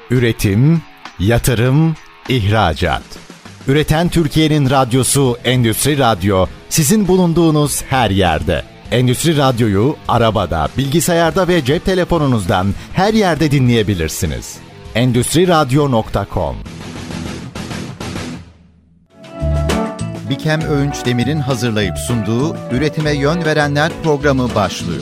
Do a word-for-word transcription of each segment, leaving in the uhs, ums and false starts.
Üretim, yatırım, ihracat. Üreten Türkiye'nin radyosu Endüstri Radyo, sizin bulunduğunuz her yerde. Endüstri Radyo'yu arabada, bilgisayarda ve cep telefonunuzdan her yerde dinleyebilirsiniz. endüstri radyo nokta com. Bikem Öğünç Demir'in hazırlayıp sunduğu Üretime Yön Verenler programı başlıyor.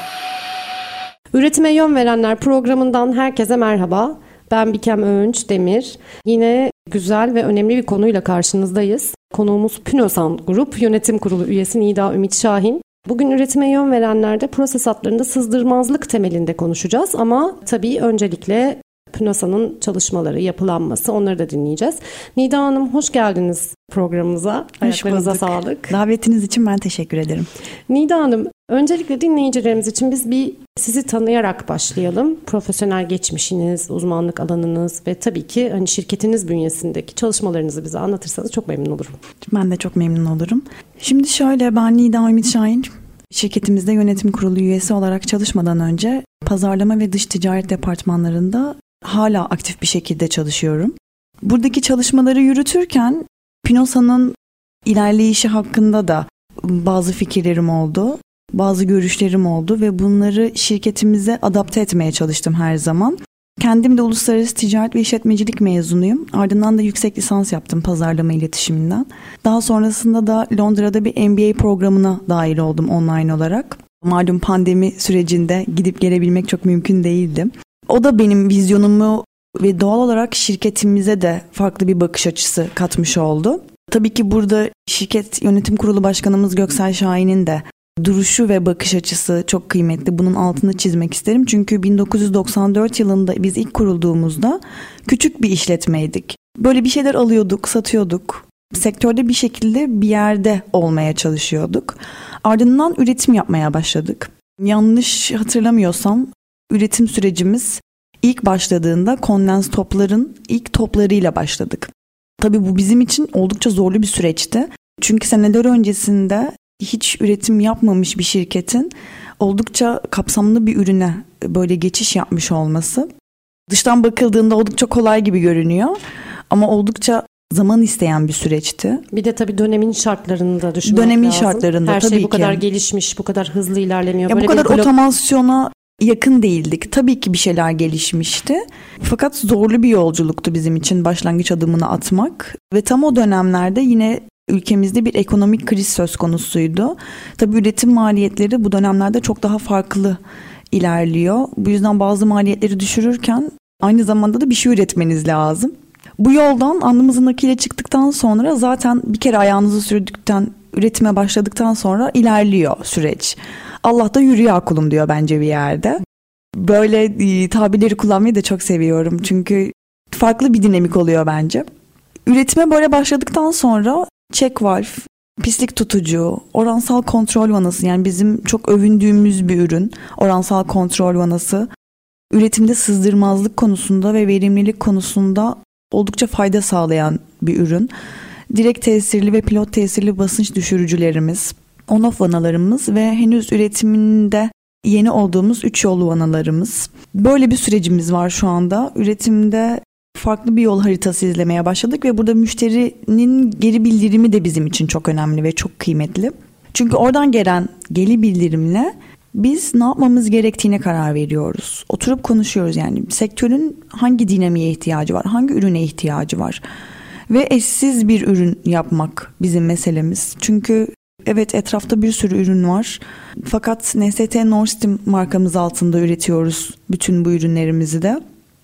Üretime Yön Verenler programından herkese merhaba. Ben Bikem Öğünç Demir. Yine güzel ve önemli bir konuyla karşınızdayız. Konuğumuz Pünosan Grup Yönetim Kurulu üyesi Nida Ümit Şahin. Bugün üretime yön verenlerde proses hatlarında sızdırmazlık temelinde konuşacağız ama tabii öncelikle Pünosan'ın çalışmaları, yapılanması, onları da dinleyeceğiz. Nida Hanım, hoş geldiniz programımıza. Ayaklarınıza sağlık. Davetiniz için ben teşekkür ederim. Nida Hanım, öncelikle dinleyicilerimiz için biz bir sizi tanıyarak başlayalım. Profesyonel geçmişiniz, uzmanlık alanınız ve tabii ki hani şirketiniz bünyesindeki çalışmalarınızı bize anlatırsanız çok memnun olurum. Ben de çok memnun olurum. Şimdi şöyle, ben Nida Ümit Şahin. Şirketimizde yönetim kurulu üyesi olarak çalışmadan önce pazarlama ve dış ticaret departmanlarında hala aktif bir şekilde çalışıyorum. Buradaki çalışmaları yürütürken Pünosa'nın ilerleyişi hakkında da bazı fikirlerim oldu, bazı görüşlerim oldu ve bunları şirketimize adapte etmeye çalıştım her zaman. Kendim de uluslararası ticaret ve işletmecilik mezunuyum. Ardından da yüksek lisans yaptım pazarlama iletişiminden. Daha sonrasında da Londra'da bir M B A programına dahil oldum online olarak. Malum pandemi sürecinde gidip gelebilmek çok mümkün değildi. O da benim vizyonumu ve doğal olarak şirketimize de farklı bir bakış açısı katmış oldu. Tabii ki burada şirket yönetim kurulu başkanımız Göksel Şahin'in de duruşu ve bakış açısı çok kıymetli. Bunun altını çizmek isterim. Çünkü bin dokuz yüz doksan dört yılında biz ilk kurulduğumuzda küçük bir işletmeydik. Böyle bir şeyler alıyorduk, satıyorduk. Sektörde bir şekilde bir yerde olmaya çalışıyorduk. Ardından üretim yapmaya başladık. Yanlış hatırlamıyorsam üretim sürecimiz ilk başladığında kondens topların ilk toplarıyla başladık. Tabii bu bizim için oldukça zorlu bir süreçti. Çünkü seneler öncesinde hiç üretim yapmamış bir şirketin oldukça kapsamlı bir ürüne böyle geçiş yapmış olması dıştan bakıldığında oldukça kolay gibi görünüyor ama oldukça zaman isteyen bir süreçti. Bir de tabii dönemin şartlarını da düşünmek dönemin lazım. şartlarında Her tabii şey bu ki. kadar gelişmiş, bu kadar hızlı ilerlemiyor. Ya Böyle bu kadar blok... otomasyona yakın değildik. Tabii ki bir şeyler gelişmişti. Fakat zorlu bir yolculuktu bizim için başlangıç adımını atmak. Ve tam o dönemlerde yine ülkemizde bir ekonomik kriz söz konusuydu. Tabii üretim maliyetleri bu dönemlerde çok daha farklı ilerliyor. Bu yüzden bazı maliyetleri düşürürken aynı zamanda da bir şey üretmeniz lazım. Bu yoldan alnımızın akıyla çıktıktan sonra zaten bir kere ayağınızı sürdükten, üretime başladıktan sonra ilerliyor süreç. Allah da yürüyor kulum diyor bence bir yerde. Böyle e, tabirleri kullanmayı da çok seviyorum. Çünkü farklı bir dinamik oluyor bence. Üretime böyle başladıktan sonra check valve, pislik tutucu, oransal kontrol vanası, yani bizim çok övündüğümüz bir ürün. Oransal kontrol vanası üretimde sızdırmazlık konusunda ve verimlilik konusunda oldukça fayda sağlayan bir ürün. Direkt tesirli ve pilot tesirli basınç düşürücülerimiz, on-off vanalarımız ve henüz üretiminde yeni olduğumuz üç yollu vanalarımız. Böyle bir sürecimiz var şu anda. Üretimde farklı bir yol haritası izlemeye başladık ve burada müşterinin geri bildirimi de bizim için çok önemli ve çok kıymetli. Çünkü oradan gelen geri bildirimle biz ne yapmamız gerektiğine karar veriyoruz. Oturup konuşuyoruz, yani sektörün hangi dinamiğe ihtiyacı var, hangi ürüne ihtiyacı var. Ve eşsiz bir ürün yapmak bizim meselemiz. Çünkü evet, etrafta bir sürü ürün var. Fakat N S T Nordstream markamız altında üretiyoruz bütün bu ürünlerimizi de.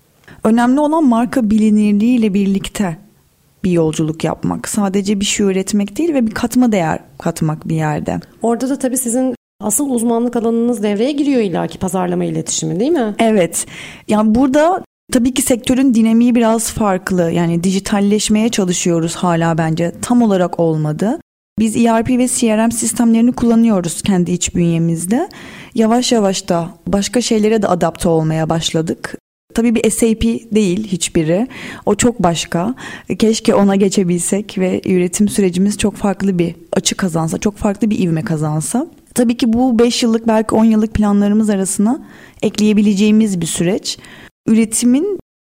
Önemli olan marka bilinirliği ile birlikte bir yolculuk yapmak. Sadece bir şey üretmek değil ve bir katma değer katmak bir yerde. Orada da tabii sizin asıl uzmanlık alanınız devreye giriyor illaki, pazarlama iletişimi, değil mi? Evet. Yani burada tabii ki sektörün dinamiği biraz farklı. Yani dijitalleşmeye çalışıyoruz hala bence. Tam olarak olmadı. Biz E R P ve C R M sistemlerini kullanıyoruz kendi iç bünyemizde. Yavaş yavaş da başka şeylere de adapte olmaya başladık. Tabii bir S A P değil hiçbiri. O çok başka. Keşke ona geçebilsek ve üretim sürecimiz çok farklı bir açı kazansa, çok farklı bir ivme kazansa. Tabii ki bu beş yıllık belki on yıllık planlarımız arasına ekleyebileceğimiz bir süreç. Üretimin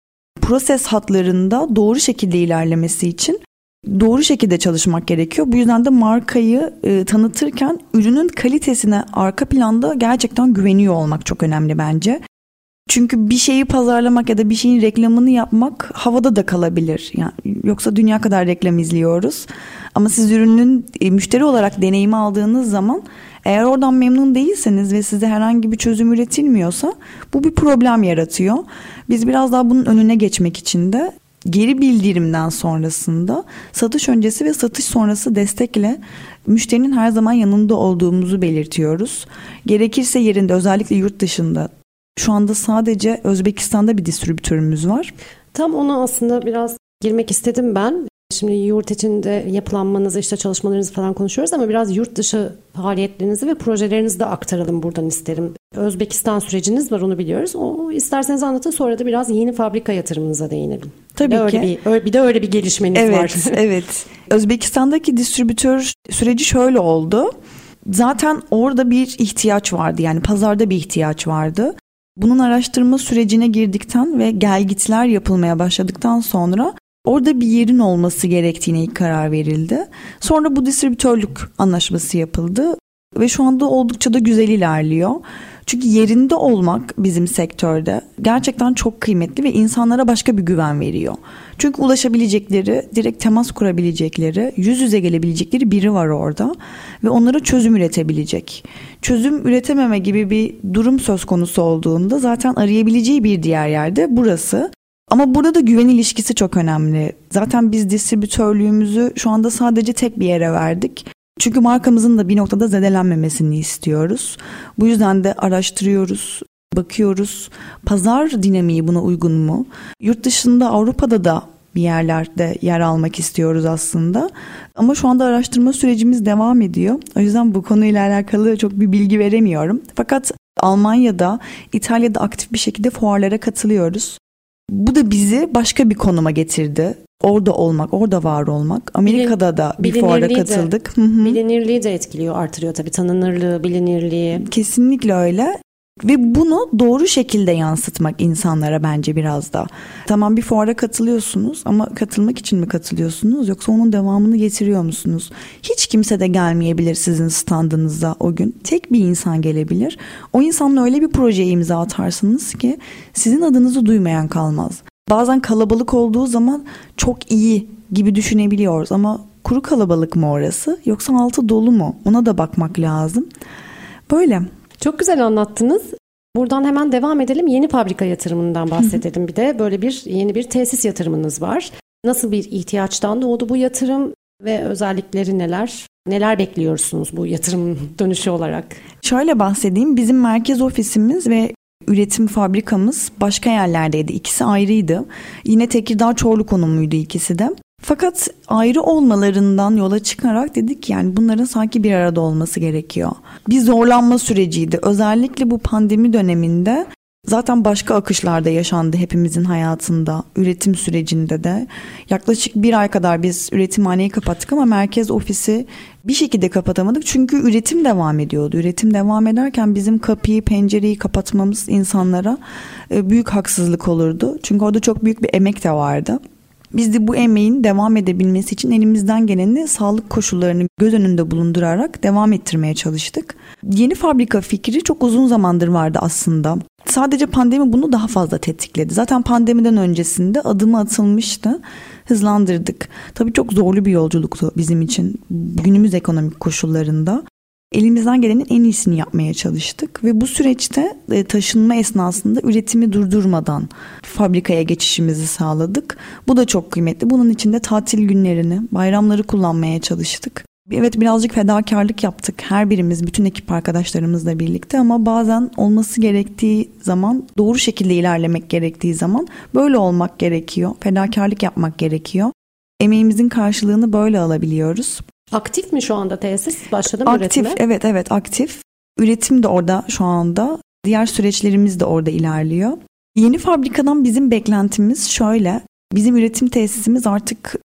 proses hatlarında doğru şekilde ilerlemesi için doğru şekilde çalışmak gerekiyor. Bu yüzden de markayı e, tanıtırken ürünün kalitesine arka planda gerçekten güveniyor olmak çok önemli bence. Çünkü bir şeyi pazarlamak ya da bir şeyin reklamını yapmak havada da kalabilir. Yani yoksa dünya kadar reklam izliyoruz. Ama siz ürünün e, müşteri olarak deneyimi aldığınız zaman eğer oradan memnun değilseniz ve size herhangi bir çözüm üretilmiyorsa bu bir problem yaratıyor. Biz biraz daha bunun önüne geçmek için de geri bildirimden sonrasında satış öncesi ve satış sonrası destekle müşterinin her zaman yanında olduğumuzu belirtiyoruz. Gerekirse yerinde, özellikle yurt dışında, şu anda sadece Özbekistan'da bir distribütörümüz var. Tam ona aslında biraz girmek istedim ben. Şimdi yurt içinde yapılanmanızı, işte çalışmalarınızı falan konuşuyoruz ama biraz yurt dışı faaliyetlerinizi ve projelerinizi de aktaralım buradan isterim. Özbekistan süreciniz var, onu biliyoruz. O isterseniz anlatın, sonra da biraz yeni fabrika yatırımınıza değinelim. Tabii bir ki. Bir, öyle, bir de öyle bir gelişmeniz evet, var. Evet. Özbekistan'daki distribütör süreci şöyle oldu. Zaten orada bir ihtiyaç vardı. Yani pazarda bir ihtiyaç vardı. Bunun araştırma sürecine girdikten ve gelgitler yapılmaya başladıktan sonra orada bir yerin olması gerektiğine ilk karar verildi. Sonra bu distribütörlük anlaşması yapıldı ve şu anda oldukça da güzel ilerliyor. Çünkü yerinde olmak bizim sektörde gerçekten çok kıymetli ve insanlara başka bir güven veriyor. Çünkü ulaşabilecekleri, direkt temas kurabilecekleri, yüz yüze gelebilecekleri biri var orada ve onlara çözüm üretebilecek. Çözüm üretememe gibi bir durum söz konusu olduğunda zaten arayabileceği bir diğer yerde burası. Ama burada da güven ilişkisi çok önemli. Zaten biz distribütörlüğümüzü şu anda sadece tek bir yere verdik. Çünkü markamızın da bir noktada zedelenmemesini istiyoruz. Bu yüzden de araştırıyoruz, bakıyoruz. Pazar dinamiği buna uygun mu? Yurt dışında, Avrupa'da da bir yerlerde yer almak istiyoruz aslında. Ama şu anda araştırma sürecimiz devam ediyor. O yüzden bu konuyla alakalı çok bir bilgi veremiyorum. Fakat Almanya'da, İtalya'da aktif bir şekilde fuarlara katılıyoruz. Bu da bizi başka bir konuma getirdi. Orada olmak, orada var olmak. Amerika'da da bir fuara katıldık. De, bilinirliği de etkiliyor, artırıyor tabii. Tanınırlığı, bilinirliği. Kesinlikle öyle. Ve bunu doğru şekilde yansıtmak insanlara bence biraz da. Tamam, bir fuara katılıyorsunuz ama katılmak için mi katılıyorsunuz yoksa onun devamını getiriyor musunuz? Hiç kimse de gelmeyebilir sizin standınıza o gün. Tek bir insan gelebilir. O insanla öyle bir projeye imza atarsınız ki sizin adınızı duymayan kalmaz. Bazen kalabalık olduğu zaman çok iyi gibi düşünebiliyoruz ama kuru kalabalık mı orası yoksa altı dolu mu? Ona da bakmak lazım. Böyle. Çok güzel anlattınız. Buradan hemen devam edelim. Yeni fabrika yatırımından bahsedelim bir de. Böyle bir yeni bir tesis yatırımınız var. Nasıl bir ihtiyaçtan doğdu bu yatırım ve özellikleri neler? Neler bekliyorsunuz bu yatırım dönüşü olarak? Şöyle bahsedeyim. Bizim merkez ofisimiz ve üretim fabrikamız başka yerlerdeydi. İkisi ayrıydı. Yine Tekirdağ Çorlu konumluydu ikisi de. Fakat ayrı olmalarından yola çıkarak dedik yani bunların sanki bir arada olması gerekiyor. Bir zorlanma süreciydi. Özellikle bu pandemi döneminde zaten başka akışlarda yaşandı hepimizin hayatında, üretim sürecinde de. Yaklaşık bir ay kadar biz üretimhaneyi kapattık ama merkez ofisi bir şekilde kapatamadık. Çünkü üretim devam ediyordu. Üretim devam ederken bizim kapıyı, pencereyi kapatmamız insanlara büyük haksızlık olurdu. Çünkü orada çok büyük bir emek de vardı. Biz de bu emeğin devam edebilmesi için elimizden geleni sağlık koşullarını göz önünde bulundurarak devam ettirmeye çalıştık. Yeni fabrika fikri çok uzun zamandır vardı aslında. Sadece pandemi bunu daha fazla tetikledi. Zaten pandemiden öncesinde adımı atılmıştı. Hızlandırdık. Tabii çok zorlu bir yolculuktu bizim için günümüz ekonomik koşullarında. Elimizden gelenin en iyisini yapmaya çalıştık ve bu süreçte taşınma esnasında üretimi durdurmadan fabrikaya geçişimizi sağladık. Bu da çok kıymetli. Bunun için de tatil günlerini, bayramları kullanmaya çalıştık. Evet, birazcık fedakarlık yaptık her birimiz, bütün ekip arkadaşlarımızla birlikte ama bazen olması gerektiği zaman, doğru şekilde ilerlemek gerektiği zaman böyle olmak gerekiyor. Fedakarlık yapmak gerekiyor. Emeğimizin karşılığını böyle alabiliyoruz. Aktif mi şu anda tesis? Başladı mı aktif, üretime? Aktif, evet evet aktif. Üretim de orada şu anda. Diğer süreçlerimiz de orada ilerliyor. Yeni fabrikadan bizim beklentimiz şöyle. Bizim üretim tesisimiz artık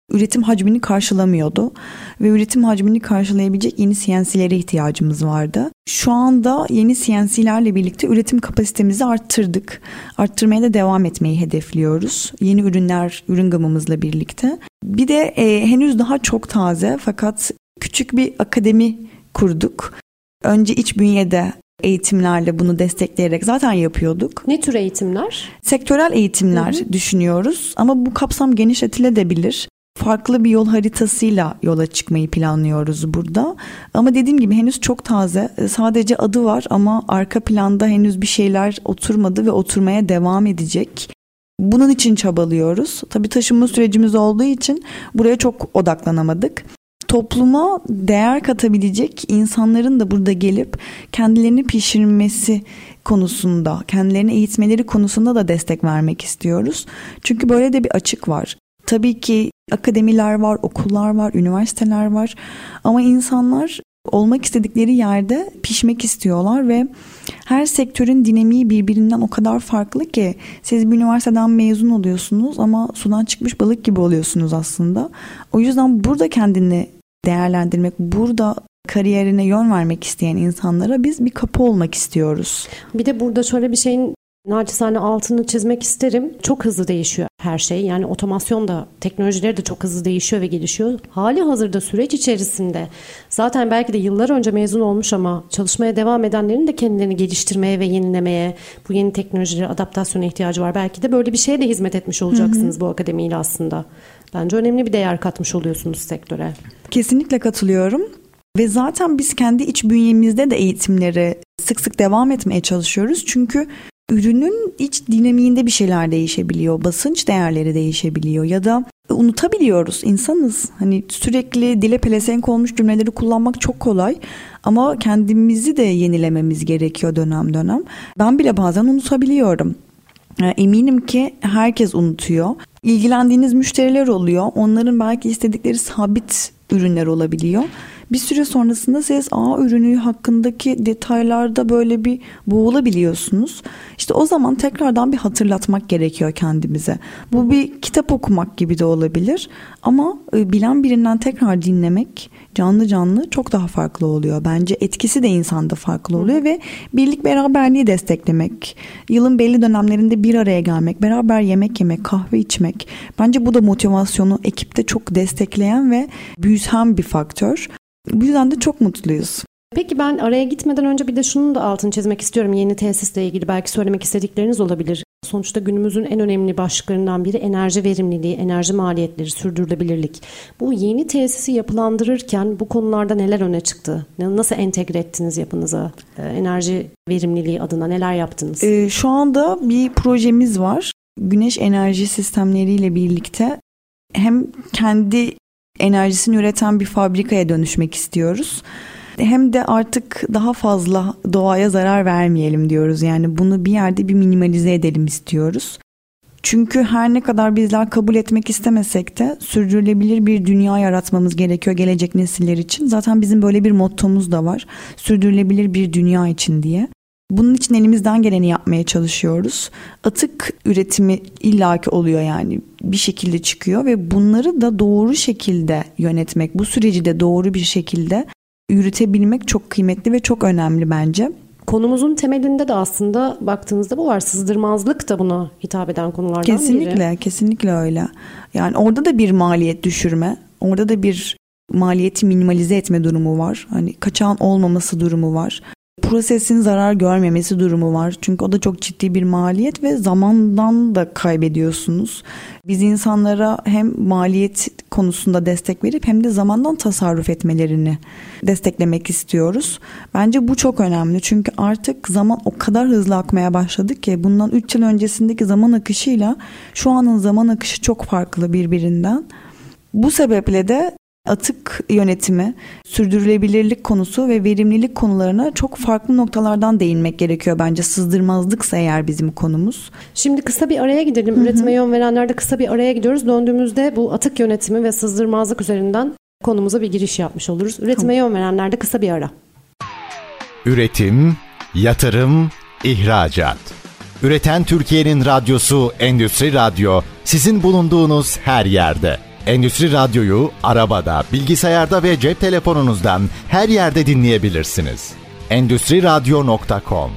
üretim hacmini karşılamıyordu ve üretim hacmini karşılayabilecek yeni C N C'lere ihtiyacımız vardı. Şu anda yeni C N C'lerle birlikte üretim kapasitemizi arttırdık. Arttırmaya da devam etmeyi hedefliyoruz. Yeni ürünler, ürün gamımızla birlikte. Bir de e, henüz daha çok taze fakat küçük bir akademi kurduk. Önce iç bünyede eğitimlerle bunu destekleyerek zaten yapıyorduk. Ne tür eğitimler? Sektörel eğitimler hı hı. düşünüyoruz ama bu kapsam genişletilebilir. Farklı bir yol haritasıyla yola çıkmayı planlıyoruz burada. Ama dediğim gibi henüz çok taze. Sadece adı var ama arka planda henüz bir şeyler oturmadı ve oturmaya devam edecek. Bunun için çabalıyoruz. Tabii taşınma sürecimiz olduğu için buraya çok odaklanamadık. Topluma değer katabilecek insanların da burada gelip kendilerini pişirmesi konusunda, kendilerini eğitmeleri konusunda da destek vermek istiyoruz. Çünkü böyle de bir açık var. Tabii ki akademiler var, okullar var, üniversiteler var ama insanlar olmak istedikleri yerde pişmek istiyorlar ve her sektörün dinamiği birbirinden o kadar farklı ki siz bir üniversiteden mezun oluyorsunuz ama sudan çıkmış balık gibi oluyorsunuz aslında. O yüzden burada kendini değerlendirmek, burada kariyerine yön vermek isteyen insanlara biz bir kapı olmak istiyoruz. Bir de burada şöyle bir şeyin naçizane altını çizmek isterim. Çok hızlı değişiyor her şey. Yani otomasyon da, teknolojileri de çok hızlı değişiyor ve gelişiyor. Hali hazırda süreç içerisinde zaten belki de yıllar önce mezun olmuş ama çalışmaya devam edenlerin de kendilerini geliştirmeye ve yenilemeye, bu yeni teknolojilere adaptasyona ihtiyacı var. Belki de böyle bir şeye de hizmet etmiş olacaksınız hı hı. bu akademiyle aslında. Bence önemli bir değer katmış oluyorsunuz sektöre. Kesinlikle katılıyorum. Ve zaten biz kendi iç bünyemizde de eğitimlere sık sık devam etmeye çalışıyoruz. Çünkü ürünün iç dinamiğinde bir şeyler değişebiliyor. Basınç değerleri değişebiliyor ya da unutabiliyoruz. İnsanız. Hani sürekli dile pelesenk olmuş cümleleri kullanmak çok kolay ama kendimizi de yenilememiz gerekiyor dönem dönem. Ben bile bazen unutabiliyorum. Eminim ki herkes unutuyor. İlgilendiğiniz müşteriler oluyor. Onların belki istedikleri sabit ürünler olabiliyor. Bir süre sonrasında siz A ürünü hakkındaki detaylarda böyle bir boğulabiliyorsunuz. İşte o zaman tekrardan bir hatırlatmak gerekiyor kendimize. Bu bir kitap okumak gibi de olabilir. Ama bilen birinden tekrar dinlemek canlı canlı çok daha farklı oluyor. Bence etkisi de insanda farklı oluyor ve birlik beraberliği desteklemek, yılın belli dönemlerinde bir araya gelmek, beraber yemek yemek, kahve içmek. Bence bu da motivasyonu ekipte çok destekleyen ve büyüten bir faktör. Bu yüzden de çok mutluyuz. Peki ben araya gitmeden önce bir de şunun da altını çizmek istiyorum. Yeni tesisle ilgili belki söylemek istedikleriniz olabilir. Sonuçta günümüzün en önemli başlıklarından biri enerji verimliliği, enerji maliyetleri, sürdürülebilirlik. Bu yeni tesisi yapılandırırken bu konularda neler öne çıktı? Nasıl entegre ettiniz yapınıza? Enerji verimliliği adına neler yaptınız? Ee, şu anda bir projemiz var. Güneş enerji sistemleriyle birlikte hem kendi enerjisini üreten bir fabrikaya dönüşmek istiyoruz. Hem de artık daha fazla doğaya zarar vermeyelim diyoruz. Yani bunu bir yerde bir minimalize edelim istiyoruz. Çünkü her ne kadar bizler kabul etmek istemesek de sürdürülebilir bir dünya yaratmamız gerekiyor gelecek nesiller için. Zaten bizim böyle bir mottomuz da var. Sürdürülebilir bir dünya için diye. Bunun için elimizden geleni yapmaya çalışıyoruz. Atık üretimi illaki oluyor yani bir şekilde çıkıyor ve bunları da doğru şekilde yönetmek, bu süreci de doğru bir şekilde yürütebilmek çok kıymetli ve çok önemli bence. Konumuzun temelinde de aslında baktığınızda bu var. Sızdırmazlık da buna hitap eden konulardan kesinlikle, biri. Kesinlikle, kesinlikle öyle. Yani orada da bir maliyet düşürme, orada da bir maliyeti minimalize etme durumu var. Hani kaçağın olmaması durumu var. Prosesin zarar görmemesi durumu var. Çünkü o da çok ciddi bir maliyet ve zamandan da kaybediyorsunuz. Biz insanlara hem maliyet konusunda destek verip hem de zamandan tasarruf etmelerini desteklemek istiyoruz. Bence bu çok önemli. Çünkü artık zaman o kadar hızlı akmaya başladı ki bundan üç yıl öncesindeki zaman akışıyla şu anın zaman akışı çok farklı birbirinden. Bu sebeple de atık yönetimi, sürdürülebilirlik konusu ve verimlilik konularına çok farklı noktalardan değinmek gerekiyor bence. Sızdırmazlıksa eğer bizim konumuz. Şimdi kısa bir araya gidelim. Hı hı. Üretime yön verenlerde kısa bir araya gidiyoruz. Döndüğümüzde bu atık yönetimi ve sızdırmazlık üzerinden konumuza bir giriş yapmış oluruz. Üretime tamam. yön verenlerde kısa bir ara. Üretim, yatırım, ihracat. Üreten Türkiye'nin radyosu Endüstri Radyo sizin bulunduğunuz her yerde. Endüstri Radyo'yu arabada, bilgisayarda ve cep telefonunuzdan her yerde dinleyebilirsiniz. endüstri radyo nokta com.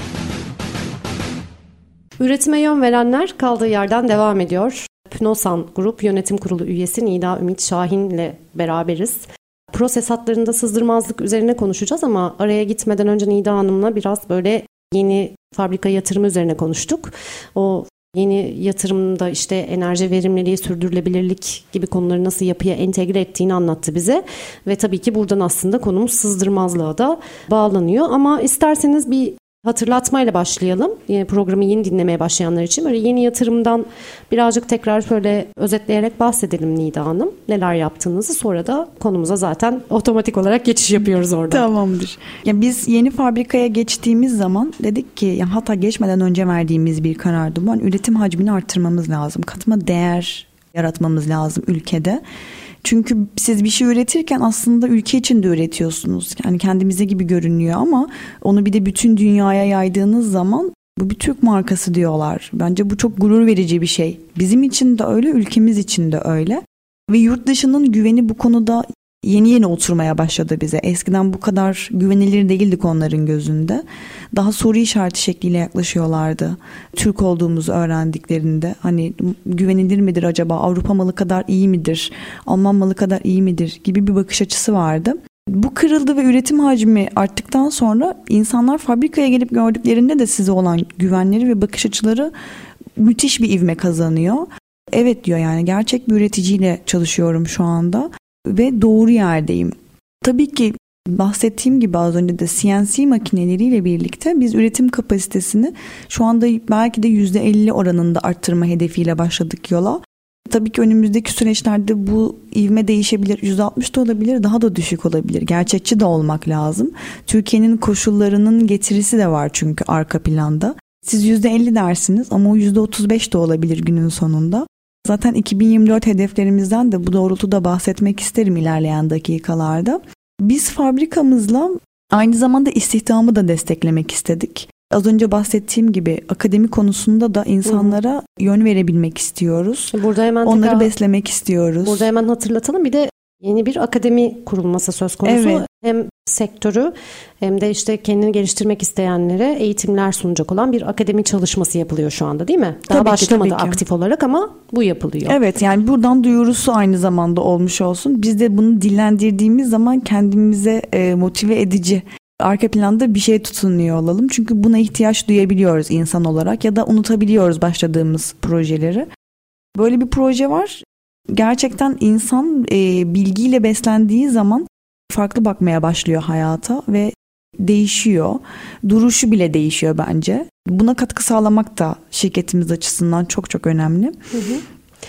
Üretime yön verenler kaldığı yerden devam ediyor. Pünosan Grup Yönetim Kurulu üyesi Nida Ümit Şahin ile beraberiz. Proses hatlarında sızdırmazlık üzerine konuşacağız ama araya gitmeden önce Nida Hanım'la biraz böyle yeni fabrika yatırımı üzerine konuştuk. O yeni yatırımda işte enerji verimliliği, sürdürülebilirlik gibi konuları nasıl yapıya entegre ettiğini anlattı bize. Ve tabii ki buradan aslında konumuz sızdırmazlığa da bağlanıyor. Ama isterseniz bir hatırlatmayla başlayalım. Yine programı yeni dinlemeye başlayanlar için böyle yeni yatırımdan birazcık tekrar şöyle özetleyerek bahsedelim Nida Hanım. Neler yaptığınızı, sonra da konumuza zaten otomatik olarak geçiş yapıyoruz orada. Tamamdır. Ya biz yeni fabrikaya geçtiğimiz zaman dedik ki ya hatta geçmeden önce verdiğimiz bir karardı bu. Yani üretim hacmini arttırmamız lazım. Katma değer yaratmamız lazım ülkede. Çünkü siz bir şey üretirken aslında ülke için de üretiyorsunuz. Yani kendimize gibi görünüyor ama onu bir de bütün dünyaya yaydığınız zaman bu bir Türk markası diyorlar. Bence bu çok gurur verici bir şey. Bizim için de öyle, ülkemiz için de öyle. Ve yurt dışının güveni bu konuda yeni yeni oturmaya başladı bize. Eskiden bu kadar güvenilir değildik onların gözünde. Daha soru işareti şekliyle yaklaşıyorlardı. Türk olduğumuzu öğrendiklerinde hani güvenilir midir acaba? Avrupa malı kadar iyi midir? Alman malı kadar iyi midir? Gibi bir bakış açısı vardı. Bu kırıldı ve üretim hacmi arttıktan sonra insanlar fabrikaya gelip gördüklerinde de size olan güvenleri ve bakış açıları müthiş bir ivme kazanıyor. Evet diyor, yani gerçek bir üreticiyle çalışıyorum şu anda ve doğru yerdeyim. Tabii ki bahsettiğim gibi az önce de C N C makineleriyle birlikte biz üretim kapasitesini şu anda belki de yüzde elli oranında arttırma hedefiyle başladık yola. Tabii ki önümüzdeki süreçlerde bu ivme değişebilir. yüzde altmış da olabilir, daha da düşük olabilir. Gerçekçi de olmak lazım. Türkiye'nin koşullarının getirisi de var çünkü arka planda. Siz yüzde elli dersiniz ama o yüzde otuz beş de olabilir günün sonunda. Zaten iki bin yirmi dört hedeflerimizden de bu doğrultuda bahsetmek isterim ilerleyen dakikalarda. Biz fabrikamızla aynı zamanda istihdamı da desteklemek istedik. Az önce bahsettiğim gibi akademi konusunda da insanlara Hı. yön verebilmek istiyoruz. Burada hemen Onları tekrar, beslemek istiyoruz. Burada hemen hatırlatalım. Bir de yeni bir akademi kurulması söz konusu. Evet. Hem sektörü hem de işte kendini geliştirmek isteyenlere eğitimler sunacak olan bir akademi çalışması yapılıyor şu anda, değil mi? Daha tabii başlamadı ki, aktif olarak ama bu yapılıyor. Evet, yani buradan duyurusu aynı zamanda olmuş olsun. Biz de bunu dillendirdiğimiz zaman kendimize e, motive edici, arka planda bir şey tutunuyor olalım. Çünkü buna ihtiyaç duyabiliyoruz insan olarak ya da unutabiliyoruz başladığımız projeleri. Böyle bir proje var. Gerçekten insan e, bilgiyle beslendiği zaman farklı bakmaya başlıyor hayata ve değişiyor. Duruşu bile değişiyor bence. Buna katkı sağlamak da şirketimiz açısından çok çok önemli. Hı hı.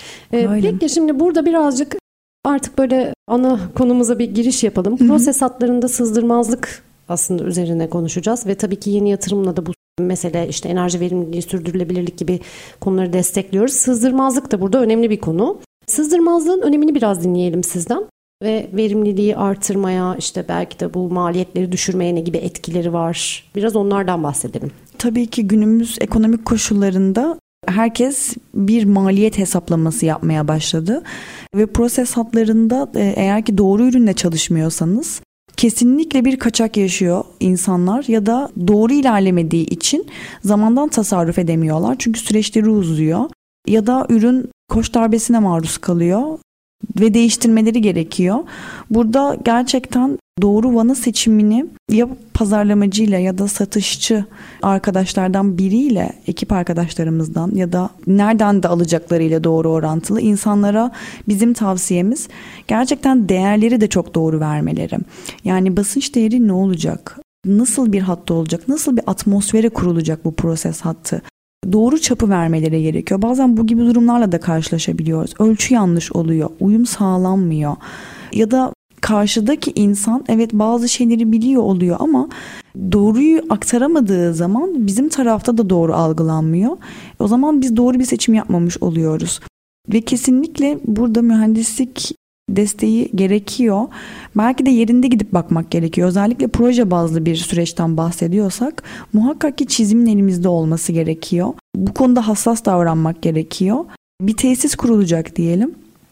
Ee, peki şimdi burada birazcık artık böyle ana konumuza bir giriş yapalım. Hı hı. Proses hatlarında sızdırmazlık aslında üzerine konuşacağız ve tabii ki yeni yatırımla da bu mesele işte enerji verimliliği, sürdürülebilirlik gibi konuları destekliyoruz. Sızdırmazlık da burada önemli bir konu. Sızdırmazlığın önemini biraz dinleyelim sizden ve verimliliği artırmaya, işte belki de bu maliyetleri düşürmeye ne gibi etkileri var? Biraz onlardan bahsedelim. Tabii ki günümüz ekonomik koşullarında herkes bir maliyet hesaplaması yapmaya başladı ve proses hatlarında eğer ki doğru ürünle çalışmıyorsanız kesinlikle bir kaçak yaşıyor insanlar ya da doğru ilerlemediği için zamandan tasarruf edemiyorlar çünkü süreçleri uzuyor ya da ürün koç darbesine maruz kalıyor ve değiştirmeleri gerekiyor. Burada gerçekten doğru vana seçimini ya pazarlamacıyla ya da satışçı arkadaşlardan biriyle, ekip arkadaşlarımızdan ya da nereden de alacaklarıyla doğru orantılı insanlara bizim tavsiyemiz gerçekten değerleri de çok doğru vermeleri. Yani basınç değeri ne olacak? Nasıl bir hattı olacak? Nasıl bir atmosfere kurulacak bu proses hattı? Doğru çapı vermeleri gerekiyor. Bazen bu gibi durumlarla da karşılaşabiliyoruz. Ölçü yanlış oluyor, uyum sağlanmıyor. Ya da karşıdaki insan evet bazı şeyleri biliyor oluyor ama doğruyu aktaramadığı zaman bizim tarafta da doğru algılanmıyor. O zaman biz doğru bir seçim yapmamış oluyoruz. Ve kesinlikle burada mühendislik desteği gerekiyor. Belki de yerinde gidip bakmak gerekiyor. Özellikle proje bazlı bir süreçten bahsediyorsak muhakkak ki çizimin elimizde olması gerekiyor. Bu konuda hassas davranmak gerekiyor. Bir tesis kurulacak diyelim.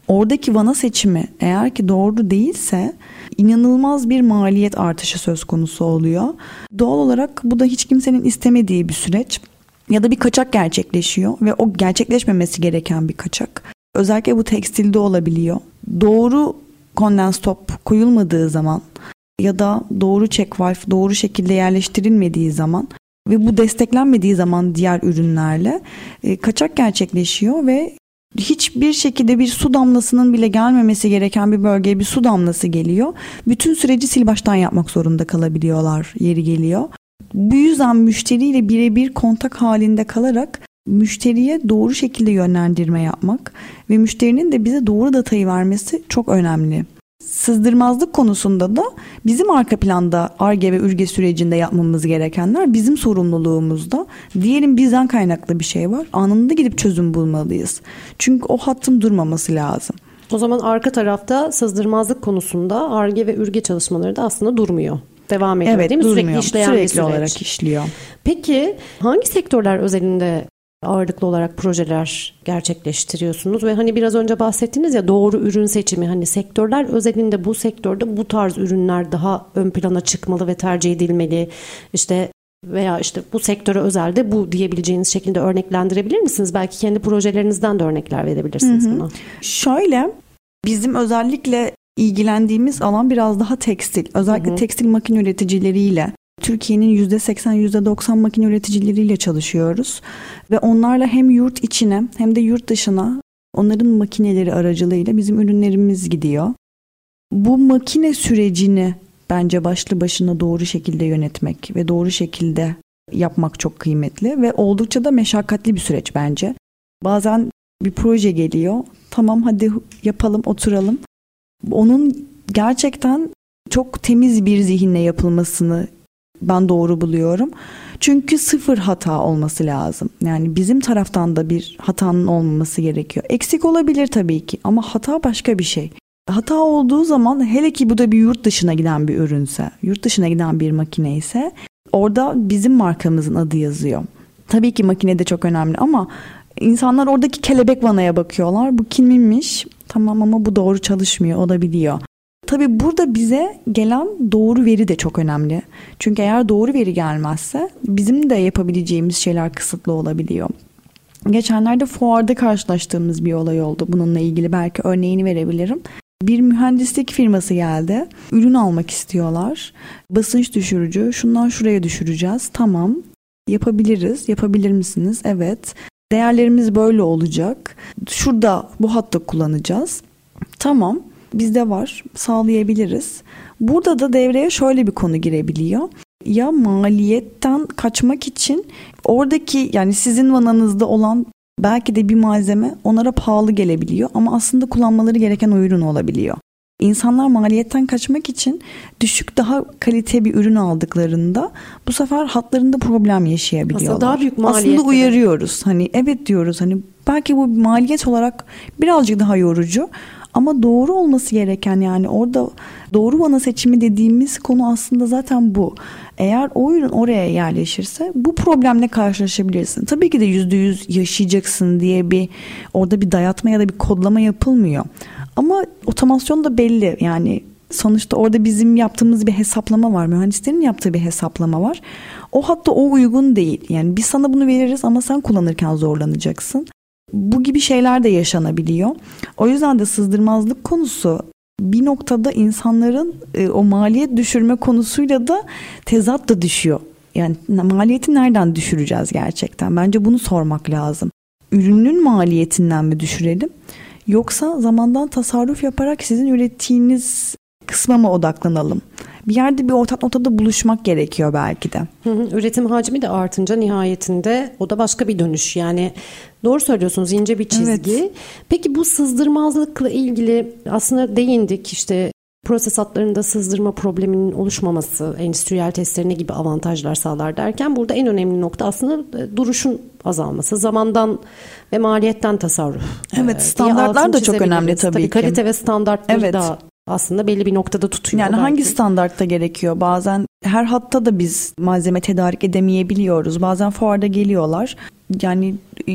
Oradaki vana seçimi eğer ki doğru değilse inanılmaz bir maliyet artışı söz konusu oluyor. Doğal olarak bu da hiç kimsenin istemediği bir süreç ya da bir kaçak gerçekleşiyor ve o gerçekleşmemesi gereken bir kaçak. Özellikle bu tekstilde olabiliyor. Doğru kondens top koyulmadığı zaman ya da doğru check valve doğru şekilde yerleştirilmediği zaman ve bu desteklenmediği zaman diğer ürünlerle e, kaçak gerçekleşiyor ve hiçbir şekilde bir su damlasının bile gelmemesi gereken bir bölgeye bir su damlası geliyor. Bütün süreci sil baştan yapmak zorunda kalabiliyorlar, yeri geliyor. Bu yüzden müşteriyle birebir kontak halinde kalarak müşteriye doğru şekilde yönlendirme yapmak ve müşterinin de bize doğru datayı vermesi çok önemli. Sızdırmazlık konusunda da bizim arka planda Ar-Ge ve Ür-Ge sürecinde yapmamız gerekenler bizim sorumluluğumuzda. Diyelim bizden kaynaklı bir şey var. Anında gidip çözüm bulmalıyız. Çünkü o hattın durmaması lazım. O zaman arka tarafta sızdırmazlık konusunda Ar-Ge ve Ür-Ge çalışmaları da aslında durmuyor. Devam ediyor, evet, değil mi? Durmuyor. Sürekli işleyen Sürekli bir süreç. olarak işliyor. Peki hangi sektörler özelinde ağırlıklı olarak projeler gerçekleştiriyorsunuz ve hani biraz önce bahsettiniz ya doğru ürün seçimi, hani sektörler özelinde bu sektörde bu tarz ürünler daha ön plana çıkmalı ve tercih edilmeli işte veya işte bu sektöre özelde bu diyebileceğiniz şekilde örneklendirebilir misiniz? Belki kendi projelerinizden de örnekler verebilirsiniz hı hı. buna. Şöyle, bizim özellikle ilgilendiğimiz alan biraz daha tekstil. Özellikle hı hı. tekstil makine üreticileriyle. Türkiye'nin yüzde seksen yüzde doksan makine üreticileriyle çalışıyoruz ve onlarla hem yurt içine hem de yurt dışına onların makineleri aracılığıyla bizim ürünlerimiz gidiyor. Bu makine sürecini bence başlı başına doğru şekilde yönetmek ve doğru şekilde yapmak çok kıymetli ve oldukça da meşakkatli bir süreç bence. Bazen bir proje geliyor, tamam hadi yapalım, oturalım. Onun gerçekten çok temiz bir zihinle yapılmasını ben doğru buluyorum. Çünkü sıfır hata olması lazım. Yani bizim taraftan da bir hatanın olmaması gerekiyor. Eksik olabilir tabii ki ama hata başka bir şey. Hata olduğu zaman, hele ki bu da bir yurt dışına giden bir ürünse, yurt dışına giden bir makine ise orada bizim markamızın adı yazıyor. Tabii ki makine de çok önemli ama insanlar oradaki kelebek vanaya bakıyorlar. Bu kiminmiş? Tamam ama bu doğru çalışmıyor olabiliyor. Tabii burada bize gelen doğru veri de çok önemli. Çünkü eğer doğru veri gelmezse bizim de yapabileceğimiz şeyler kısıtlı olabiliyor. Geçenlerde fuarda karşılaştığımız bir olay oldu. Bununla ilgili belki örneğini verebilirim. Bir mühendislik firması geldi. Ürün almak istiyorlar. Basınç düşürücü. Şundan şuraya düşüreceğiz. Tamam. Yapabiliriz. Yapabilir misiniz? Evet. Değerlerimiz böyle olacak. Şurada bu hatta kullanacağız. Tamam. Bizde var. Sağlayabiliriz. Burada da devreye şöyle bir konu girebiliyor. Ya maliyetten kaçmak için oradaki, yani sizin vananızda olan belki de bir malzeme onlara pahalı gelebiliyor ama aslında kullanmaları gereken o ürün olabiliyor. İnsanlar maliyetten kaçmak için düşük, daha kalite bir ürün aldıklarında bu sefer hatlarında problem yaşayabiliyorlar. Aslında daha büyük maliyet. Aslında uyarıyoruz. Hani evet diyoruz, hani belki bu maliyet olarak birazcık daha yorucu ama doğru olması gereken, yani orada doğru vana seçimi dediğimiz konu aslında zaten bu. Eğer o ürün oraya yerleşirse bu problemle karşılaşabilirsin. Tabii ki de yüzde yüz yaşayacaksın diye bir orada bir dayatma ya da bir kodlama yapılmıyor. Ama otomasyon da belli. Yani sonuçta orada bizim yaptığımız bir hesaplama var. Mühendislerin yaptığı bir hesaplama var. O hatta o uygun değil. Yani biz sana bunu veririz ama sen kullanırken zorlanacaksın. Bu gibi şeyler de yaşanabiliyor. O yüzden de sızdırmazlık konusu bir noktada insanların e, o maliyet düşürme konusuyla da tezat da düşüyor. Yani maliyeti nereden düşüreceğiz gerçekten? Bence bunu sormak lazım. Ürünün maliyetinden mi düşürelim? Yoksa zamandan tasarruf yaparak sizin ürettiğiniz kısma mı odaklanalım? Bir yerde bir ortak noktada buluşmak gerekiyor belki de. Hı hı, üretim hacmi de artınca nihayetinde o da başka bir dönüş. Yani doğru söylüyorsunuz, ince bir çizgi. Evet. Peki bu sızdırmazlıkla ilgili aslında değindik, işte proses hatlarında sızdırma probleminin oluşmaması endüstriyel testlerine gibi avantajlar sağlar derken burada en önemli nokta aslında duruşun azalması, zamandan ve maliyetten tasarruf. Evet, standartlar da çok önemli tabii, tabii ki. Kalite ve standartları evet. da aslında belli bir noktada tutuyor. Yani belki. Hangi standartta gerekiyor? Bazen her hatta da biz malzeme tedarik edemeyebiliyoruz. Bazen fuarda geliyorlar. yani